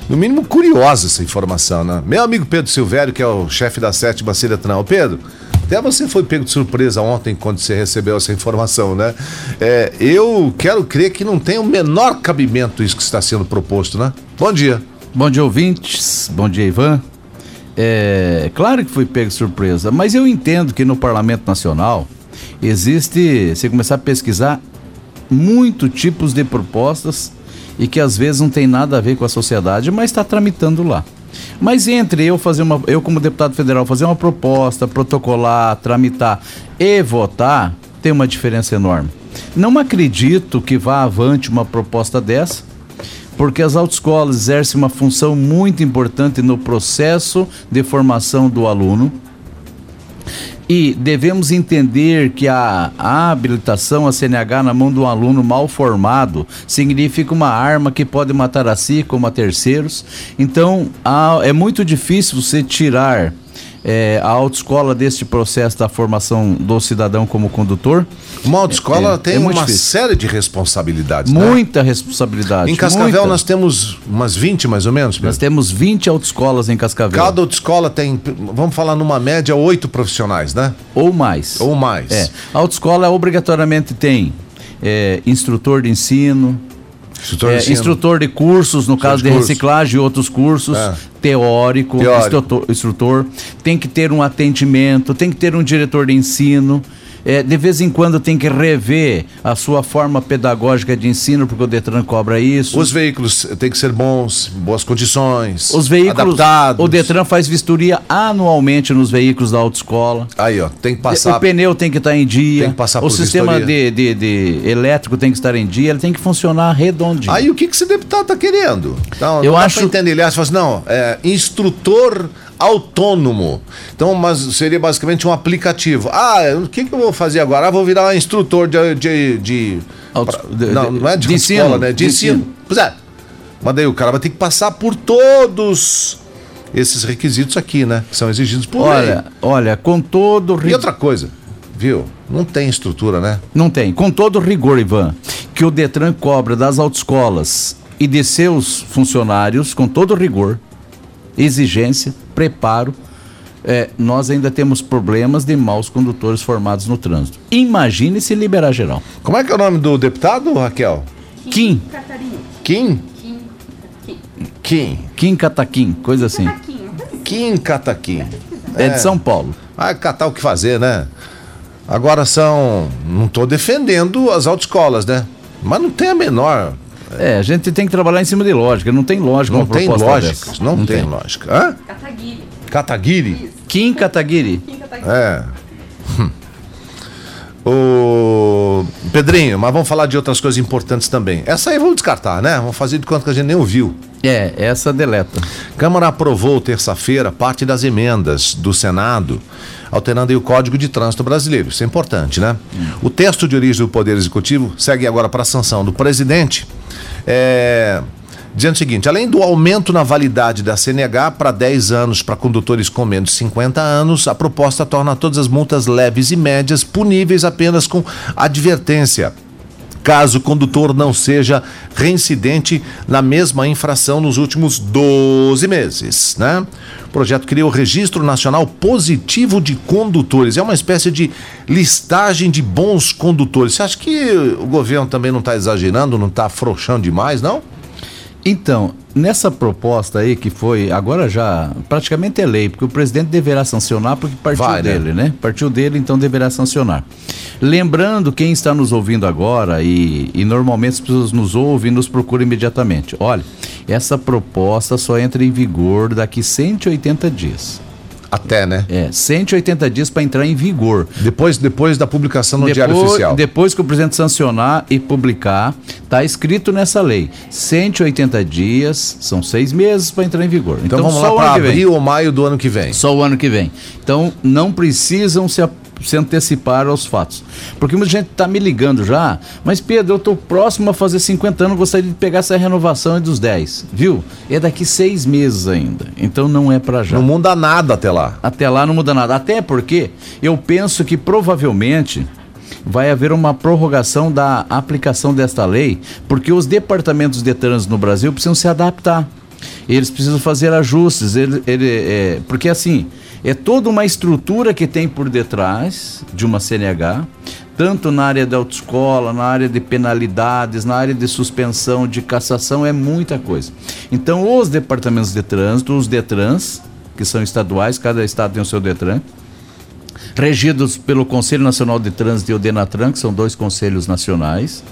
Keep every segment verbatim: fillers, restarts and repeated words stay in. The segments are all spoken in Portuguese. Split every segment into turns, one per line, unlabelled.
no mínimo, curiosa essa informação, né? Meu amigo Pedro Silvério, que é o chefe da sétima Ciretran. Pedro, até você foi pego de surpresa ontem quando você recebeu essa informação, né? É, eu quero crer que não tem o menor cabimento isso que está sendo proposto, né? Bom dia.
Bom dia, ouvintes. Bom dia, Ivan. É claro que fui pego de surpresa, mas eu entendo que no Parlamento Nacional existe, se começar a pesquisar, muitos tipos de propostas e que às vezes não tem nada a ver com a sociedade, mas está tramitando lá. Mas entre eu fazer uma, eu como deputado federal fazer uma proposta, protocolar, tramitar e votar, tem uma diferença enorme. Não acredito que vá avante uma proposta dessa, porque as autoescolas exercem uma função muito importante no processo de formação do aluno. E devemos entender que a, a habilitação, a C N H na mão de um aluno mal formado significa uma arma que pode matar a si como a terceiros. Então a, é muito difícil você tirar é, a autoescola deste processo da formação do cidadão como condutor.
Uma autoescola é, tem
é
uma
difícil. série
de responsabilidades.
Muita
né?
responsabilidade.
Em Cascavel
muita.
Nós temos umas vinte mais ou menos, Pedro?
Nós temos vinte autoescolas em Cascavel.
Cada autoescola tem, vamos falar numa média, oito profissionais, né?
Ou mais.
Ou mais.
É. A autoescola obrigatoriamente tem é, instrutor de ensino,
Instrutor,
é,
de
instrutor de cursos, no caso de, de reciclagem e outros cursos, é. teórico, teórico. Instrutor, instrutor, tem que ter um atendimento, tem que ter um diretor de ensino. É, de vez em quando tem que rever a sua forma pedagógica de ensino, porque o Detran cobra isso.
Os veículos têm que ser bons, boas condições,
os veículos,
adaptados.
O Detran faz vistoria anualmente nos veículos da autoescola.
Aí, ó, tem que passar.
O pneu tem que estar em dia.
Tem que passar
o
por
sistema de, de, de elétrico tem que estar em dia, ele tem que funcionar redondinho.
Aí o que, que esse deputado está querendo? Então,
Eu
não
acho...
dá para entender. Ele acha assim, não, é instrutor autônomo. Então, mas seria basicamente um aplicativo. Ah, o que, que eu vou fazer agora? Ah, vou virar instrutor de... de, de,
Auto...
pra,
de
não, não é de,
de
escola,
ensino,
né? De,
de
ensino.
ensino.
Pois é. Mas daí o cara vai ter que passar por todos esses requisitos aqui, né? Que são exigidos por
olha,
lei.
Olha, com todo...
E outra coisa, viu? Não tem estrutura, né?
Não tem. Com todo rigor, Ivan, que o Detran cobra das autoescolas e de seus funcionários, com todo rigor, exigência, preparo, É, nós ainda temos problemas de maus condutores formados no trânsito. Imagine se liberar geral.
Como é que é o nome do deputado, Raquel?
Kim.
Kim? Kim.
Kim Cataquim, coisa assim.
Kim Cataquim.
É de São Paulo.
Vai catar o que fazer, né? Agora são... Não estou defendendo as autoescolas, né? Mas não tem a menor...
É, a gente tem que trabalhar em cima de lógica. Não tem lógica
não
uma
tem
proposta
lógica,
dessa.
Não, não tem,
tem
lógica. Hã?
Cataguiri.
Cataguiri?
Kim Cataguiri.
É. Hum. O Pedrinho, mas vamos falar de outras coisas importantes também. Essa aí vamos descartar, né? Vamos fazer de conta que a gente nem ouviu.
É, essa deleta.
Câmara aprovou terça-feira parte das emendas do Senado, alterando aí o Código de Trânsito Brasileiro. Isso é importante, né? Hum. O texto de origem do Poder Executivo segue agora para a sanção do presidente. É... Dizendo o seguinte, além do aumento na validade da C N H para dez anos para condutores com menos de cinquenta anos, a proposta torna todas as multas leves e médias puníveis apenas com advertência, caso o condutor não seja reincidente na mesma infração nos últimos doze meses, né? O projeto cria o Registro Nacional Positivo de Condutores. É uma espécie de listagem de bons condutores. Você acha que o governo também não está exagerando, não está afrouxando demais, não?
Então, nessa proposta aí que foi, agora já praticamente é lei, porque o presidente deverá sancionar porque partiu
Vai,
dele,
né?
né? Partiu dele, então deverá sancionar. Lembrando, quem está nos ouvindo agora e, e normalmente as pessoas nos ouvem e nos procuram imediatamente. Olha, essa proposta só entra em vigor daqui cento e oitenta dias.
Até, né?
É, cento e oitenta dias para entrar em vigor.
Depois, depois da publicação no
depois,
Diário Oficial.
Depois que o presidente sancionar e publicar, está escrito nessa lei. cento e oitenta dias, são seis meses para entrar em vigor.
Então,
então
vamos lá para abril ou maio do ano que vem.
Só o ano que vem. Então não precisam se se antecipar aos fatos. Porque muita gente está me ligando já, mas Pedro, eu estou próximo a fazer cinquenta anos, gostaria de pegar essa renovação aí dos dez, viu? É daqui seis meses ainda, então não é para já.
Não muda nada até lá.
Até lá não muda nada, até porque eu penso que provavelmente vai haver uma prorrogação da aplicação desta lei, porque os departamentos de trânsito no Brasil precisam se adaptar. Eles precisam fazer ajustes, ele, ele, é, porque assim, é toda uma estrutura que tem por detrás de uma C N H, tanto na área da autoescola, na área de penalidades, na área de suspensão, de cassação, é muita coisa. Então, os departamentos de trânsito, os DETRANs, que são estaduais, cada estado tem o seu DETRAN, regidos pelo Conselho Nacional de Trânsito e o DENATRAN, que são dois conselhos nacionais,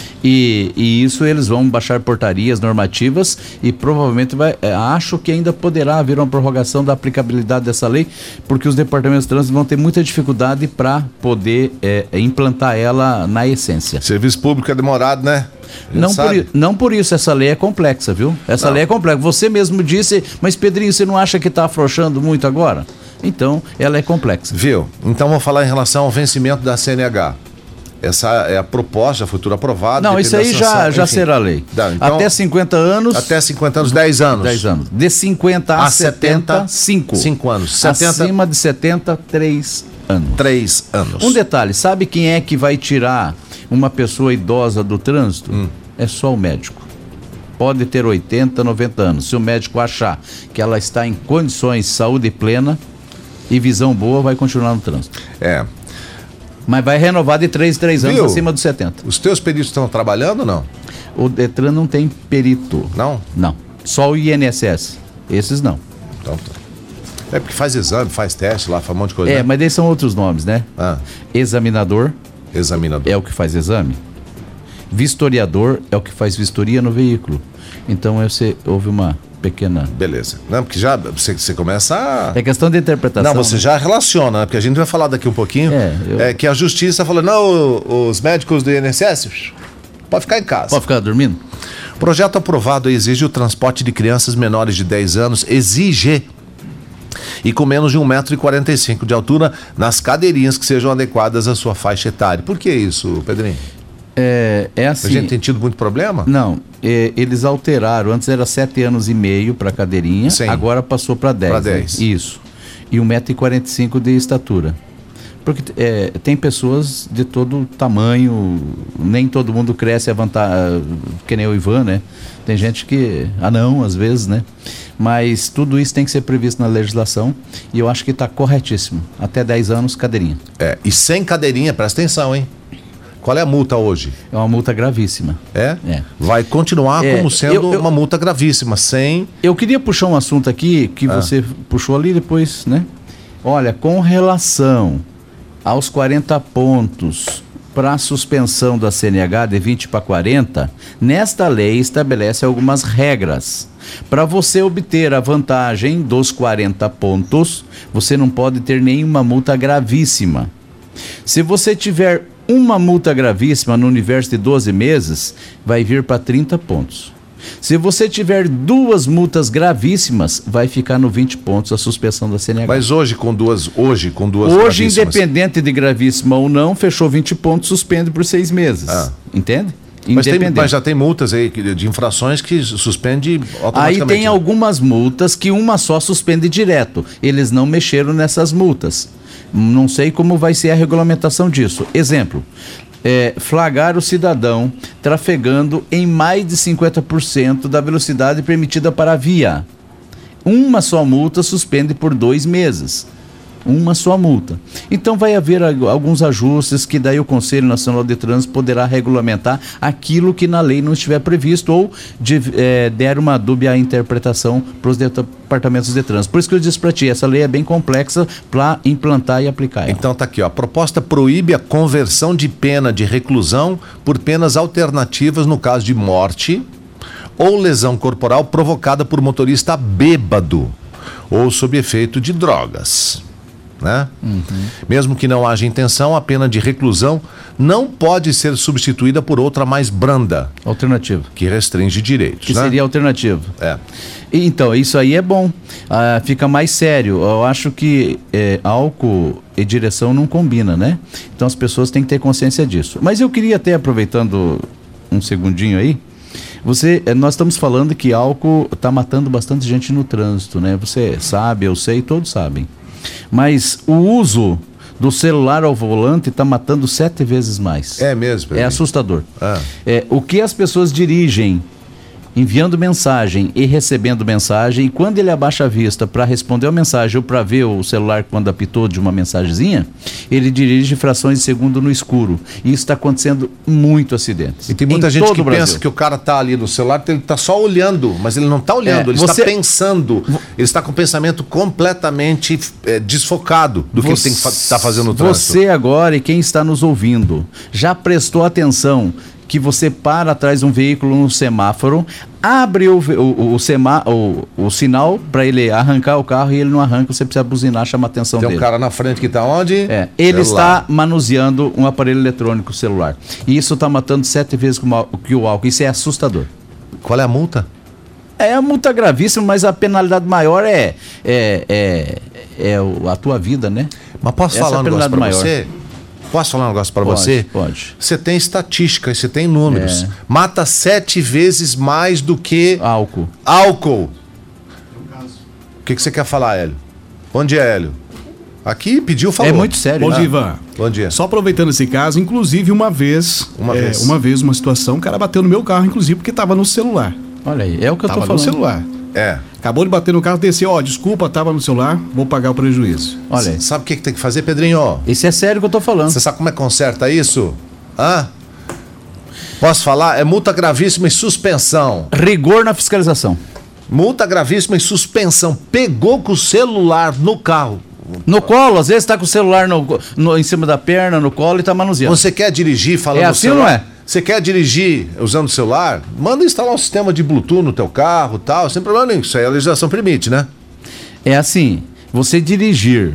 e, e isso eles vão baixar portarias normativas e provavelmente vai, é, acho que ainda poderá haver uma prorrogação da aplicabilidade dessa lei, porque os departamentos de trânsito vão ter muita dificuldade para poder é, implantar ela na essência.
Serviço público é demorado, né?
Não por, não por isso, essa lei é complexa, viu? Essa não. lei é complexa. Você mesmo disse, mas Pedrinho, você não acha que está afrouxando muito agora? Então, ela é complexa.
Viu? Então, vamos falar em relação ao vencimento da C N H. Essa é a proposta, a futura aprovada.
Não, isso aí já, já será lei. Dá, então, até cinquenta anos.
Até cinquenta anos, dez anos.
dez anos. De cinquenta a, a setenta, cinco.
cinco anos.
setenta, acima de setenta, três anos.
três anos.
Um detalhe, sabe quem é que vai tirar uma pessoa idosa do trânsito? Hum. É só o médico. Pode ter oitenta, noventa anos. Se o médico achar que ela está em condições de saúde plena e visão boa, vai continuar no trânsito.
É.
Mas vai renovar de três em três anos. Viu? Acima dos setenta.
Os teus peritos estão trabalhando ou não?
O DETRAN não tem perito.
Não?
Não. Só o I N S S. Esses não.
Então tá. É porque faz exame, faz teste lá, faz um monte de coisa.
É,
né?
mas eles são outros nomes, né?
Ah.
Examinador.
Examinador.
É o que faz exame. Vistoriador é o que faz vistoria no veículo. Então você, houve uma pequena...
Beleza. Não, porque já você, você começa a...
É questão de interpretação.
Não, você
né?
já relaciona, né? Porque a gente vai falar daqui um pouquinho.
É, eu...
é que a justiça falou, não, os médicos do I N S S pode ficar em casa.
Pode ficar dormindo?
O projeto aprovado exige o transporte de crianças menores de dez anos, exige, e com menos de um metro e quarenta e cinco de altura, nas cadeirinhas que sejam adequadas à sua faixa etária. Por que isso, Pedrinho?
É, é assim...
A gente tem tido muito problema?
Não, é, eles alteraram, antes era sete anos e meio para cadeirinha, Sim. agora passou para dez.
Para dez.
Né? Isso. E um metro e quarenta e cinco de estatura. Porque é, tem pessoas de todo tamanho, nem todo mundo cresce a vantagem, que nem o Ivan, né? Tem gente que, ah não, às vezes, né? Mas tudo isso tem que ser previsto na legislação e eu acho que está corretíssimo. Até dez anos, cadeirinha.
É, e sem cadeirinha, presta atenção, hein? Qual é a multa hoje?
É uma multa gravíssima.
É?
É.
Vai continuar é, como sendo eu, eu, uma multa gravíssima, sem...
Eu queria puxar um assunto aqui, que ah. você puxou ali depois, né? Olha, com relação aos quarenta pontos para a suspensão da C N H de vinte para quarenta, nesta lei estabelece algumas regras. Para você obter a vantagem dos quarenta pontos, você não pode ter nenhuma multa gravíssima. Se você tiver uma multa gravíssima no universo de doze meses, vai vir para trinta pontos. Se você tiver duas multas gravíssimas, vai ficar no vinte pontos a suspensão da C N H.
Mas hoje com duas, hoje com duas
Hoje, independente de gravíssima ou não, fechou vinte pontos, suspende por seis meses. Ah. Entende?
Mas, tem, mas já tem multas aí de infrações que suspende automaticamente.
Aí tem algumas multas que uma só suspende direto. Eles não mexeram nessas multas. Não sei como vai ser a regulamentação disso. Exemplo, é, flagrar o cidadão trafegando em mais de cinquenta por cento da velocidade permitida para a via. Uma só multa suspende por dois meses. Uma só multa. Então vai haver alguns ajustes que daí o Conselho Nacional de Trânsito poderá regulamentar aquilo que na lei não estiver previsto ou de, é, der uma dúbia interpretação para os departamentos de trânsito. Por isso que eu disse para ti, essa lei é bem complexa para implantar e aplicar ela.
Então tá aqui, ó, a proposta proíbe a conversão de pena de reclusão por penas alternativas no caso de morte ou lesão corporal provocada por motorista bêbado ou sob efeito de drogas. Né? Uhum. Mesmo que não haja intenção, a pena de reclusão não pode ser substituída por outra mais branda.
Alternativa.
Que restringe direitos.
Que
né?
seria alternativa.
É.
Então, isso aí é bom. Ah, fica mais sério. Eu acho que é, álcool e direção não combina, né? Então as pessoas têm que ter consciência disso. Mas eu queria até, aproveitando um segundinho aí, você, nós estamos falando que álcool está matando bastante gente no trânsito, né? Você sabe, eu sei, todos sabem. Mas o uso do celular ao volante está matando sete vezes mais.
É mesmo?
É assustador.
Ah.
É, o que as pessoas dirigem enviando mensagem e recebendo mensagem, e quando ele abaixa a vista para responder a mensagem ou para ver o celular quando apitou de uma mensagenzinha, ele dirige frações de segundo no escuro. E isso está acontecendo muito acidentes.
E tem muita gente que pensa que o cara está ali no celular, ele está só olhando, mas ele não está olhando, é, ele você... está pensando, ele está com o pensamento completamente é, desfocado do que você... ele tem que estar tá fazendo no trânsito.
Você agora e quem está nos ouvindo, já prestou atenção que você para atrás de um veículo no semáforo, abre o, o, o, semá, o, o sinal para ele arrancar o carro e ele não arranca, você precisa buzinar, chama a atenção
Tem
dele.
Tem um cara na frente que está onde?
É, ele celular. Está manuseando um aparelho eletrônico celular. E isso está matando sete vezes que o álcool. Isso é assustador.
Qual é a multa?
É a multa gravíssima, mas a penalidade maior é, é, é, é a tua vida, né?
Mas posso
Essa
falar um negócio para você? Posso falar um negócio para você?
Pode.
Você tem estatísticas, você tem números. É. Mata sete vezes mais do que...
Álcool.
Álcool. O que, que você quer falar, Hélio? Bom dia, Hélio. Aqui pediu, falou.
É muito sério.
Bom dia, Ivan.
Bom dia.
Só aproveitando esse caso, inclusive uma vez... Uma é, vez. Uma vez, uma situação, o cara bateu no meu carro, inclusive, porque estava no celular.
Olha aí, é o que eu
tava
tô falando.
no celular.
É.
Acabou de bater no carro, desceu, ó, desculpa, tava no celular, vou pagar o prejuízo.
Olha aí. Sabe o que, que tem que fazer, Pedrinho?
Isso é sério que eu tô falando.
Você sabe como é que conserta isso? Hã? Posso falar? É multa gravíssima e suspensão.
Rigor na fiscalização.
Multa gravíssima e suspensão. Pegou com o celular no carro.
No colo, às vezes tá com o celular no, no, em cima da perna, no colo e tá manuseando.
Você quer dirigir falando
é assim
no celular?
Ou não é?
Você quer dirigir usando o celular? Manda instalar um sistema de Bluetooth no teu carro e tal, sem problema nenhum. Isso aí a legislação permite, né?
É assim, você dirigir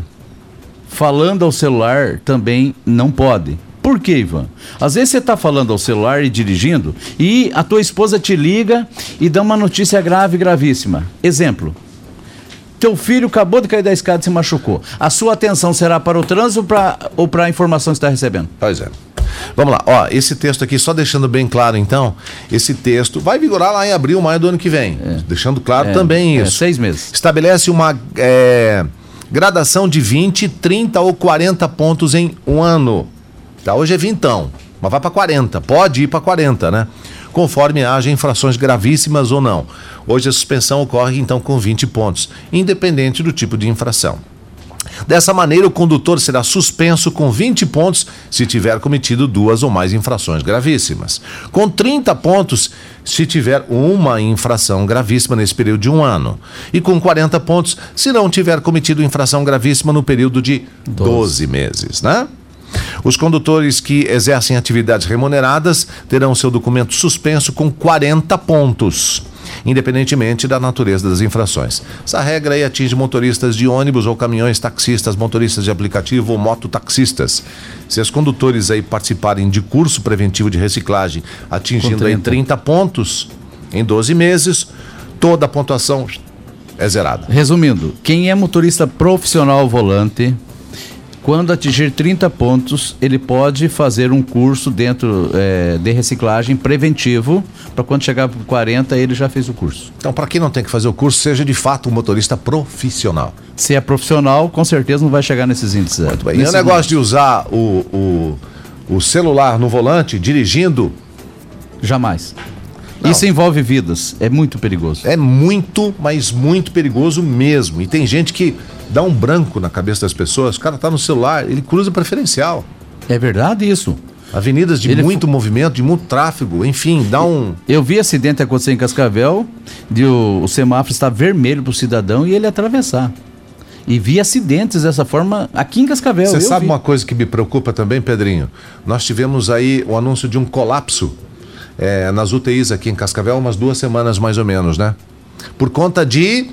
falando ao celular também não pode. Por quê, Ivan? Às vezes você tá falando ao celular e dirigindo e a tua esposa te liga e dá uma notícia grave, gravíssima. Exemplo. Teu filho acabou de cair da escada e se machucou. A sua atenção será para o trânsito pra, ou para a informação que você está recebendo?
Pois é. Vamos lá, ó, esse texto aqui, só deixando bem claro então, esse texto vai vigorar lá em abril, maio do ano que vem, é. deixando claro é, também isso.
É, seis meses.
Estabelece uma é, gradação de vinte, trinta ou quarenta pontos em um ano. Tá, hoje é vintão, mas vai para quarenta, pode ir para quarenta, né? Conforme haja infrações gravíssimas ou não. Hoje a suspensão ocorre então com vinte pontos, independente do tipo de infração. Dessa maneira, o condutor será suspenso com vinte pontos se tiver cometido duas ou mais infrações gravíssimas. Com trinta pontos se tiver uma infração gravíssima nesse período de um ano. E com quarenta pontos se não tiver cometido infração gravíssima no período de doze meses, né? Os condutores que exercem atividades remuneradas terão seu documento suspenso com quarenta pontos, independentemente da natureza das infrações. Essa regra aí atinge motoristas de ônibus ou caminhões, taxistas, motoristas de aplicativo ou mototaxistas. Se os condutores aí participarem de curso preventivo de reciclagem, atingindo aí trinta pontos em doze meses, toda a pontuação é zerada.
Resumindo, quem é motorista profissional ao volante, quando atingir trinta pontos, ele pode fazer um curso dentro é, de reciclagem preventivo, para quando chegar para quarenta, ele já fez o curso.
Então, para quem não tem que fazer o curso, seja de fato um motorista profissional.
Se é profissional, com certeza não vai chegar nesses índices.
Muito bem. E o negócio de usar o, o, o celular no volante, dirigindo?
Jamais.
Não.
Isso envolve vidas, é muito perigoso.
É muito, mas muito perigoso mesmo. E tem gente que dá um branco na cabeça das pessoas, o cara tá no celular, ele cruza preferencial.
É verdade isso.
Avenidas de ele muito f... movimento, de muito tráfego, enfim, dá um...
Eu vi acidente acontecer em Cascavel, de o, o semáforo estar vermelho pro cidadão e ele atravessar. E vi acidentes dessa forma aqui em Cascavel.
Você sabe
vi.
uma coisa que me preocupa também, Pedrinho? Nós tivemos aí o anúncio de um colapso é, nas U T Is aqui em Cascavel, umas duas semanas mais ou menos, né? Por conta de...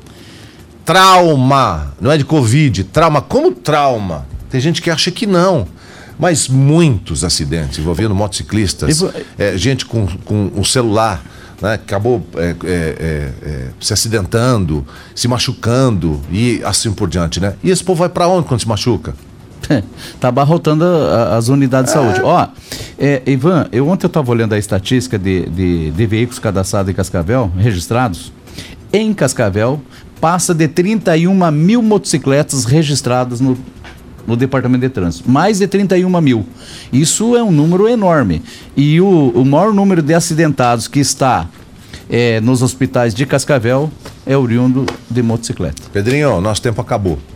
trauma, não é de Covid, trauma, como trauma? Tem gente que acha que não, mas muitos acidentes envolvendo motociclistas, vou... é, gente com, com o celular, né, acabou é, é, é, se acidentando, se machucando e assim por diante, né? E esse povo vai pra onde quando se machuca?
Tá abarrotando a, as unidades é. de saúde. Ó, é, Ivan, eu, ontem eu estava olhando a estatística de, de, de veículos cadastrados em Cascavel, registrados. Em Cascavel, passa de trinta e uma mil motocicletas registradas no, no Departamento de Trânsito. Mais de trinta e uma mil. Isso é um número enorme. E o, o maior número de acidentados que está é, nos hospitais de Cascavel é oriundo de motocicleta.
Pedrinho, nosso tempo acabou.